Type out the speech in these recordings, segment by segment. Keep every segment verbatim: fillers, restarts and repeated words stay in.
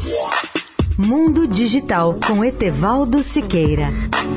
Mundo Digital com Etevaldo Siqueira.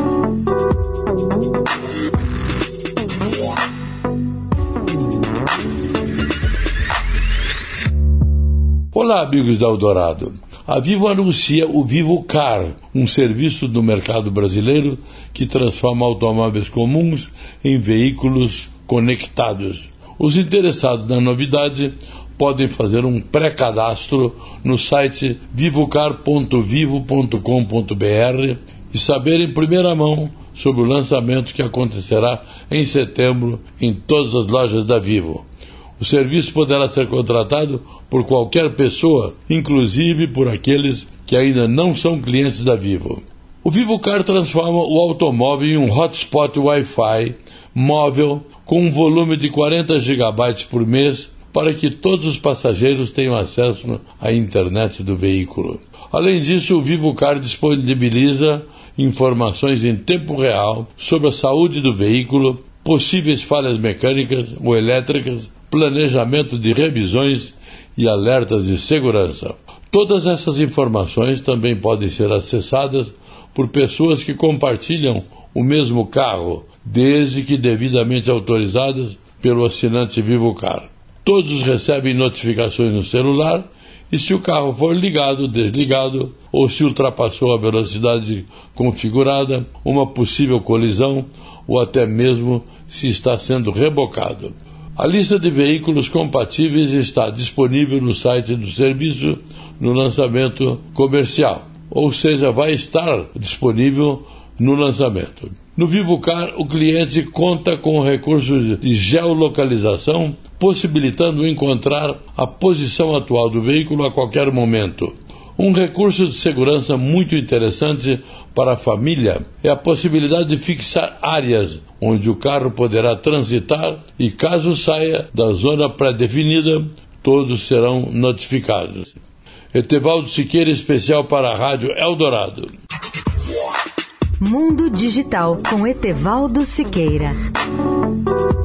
Olá, amigos da Eldorado. A Vivo anuncia o Vivo Car, um serviço do mercado brasileiro que transforma automóveis comuns em veículos conectados. Os interessados na novidade podem fazer um pré-cadastro no site vivocar ponto vivo ponto com ponto br e saber em primeira mão sobre o lançamento que acontecerá em setembro em todas as lojas da Vivo. O serviço poderá ser contratado por qualquer pessoa, inclusive por aqueles que ainda não são clientes da Vivo. O Vivo Car transforma o automóvel em um hotspot Wi-Fi móvel com um volume de quarenta gigabytes por mês para que todos os passageiros tenham acesso à internet do veículo. Além disso, o Vivo Car disponibiliza informações em tempo real sobre a saúde do veículo, possíveis falhas mecânicas ou elétricas, planejamento de revisões e alertas de segurança. Todas essas informações também podem ser acessadas por pessoas que compartilham o mesmo carro, desde que devidamente autorizadas pelo assinante Vivo Car. Todos recebem notificações no celular e se o carro for ligado, desligado ou se ultrapassou a velocidade configurada, uma possível colisão ou até mesmo se está sendo rebocado. A lista de veículos compatíveis está disponível no site do serviço no lançamento comercial, ou seja, vai estar disponível no lançamento. No Vivo Car, o cliente conta com recursos de geolocalização, possibilitando encontrar a posição atual do veículo a qualquer momento. Um recurso de segurança muito interessante para a família é a possibilidade de fixar áreas onde o carro poderá transitar e, caso saia da zona pré-definida, todos serão notificados. Etevaldo Siqueira, especial para a Rádio Eldorado. Mundo Digital com Etevaldo Siqueira.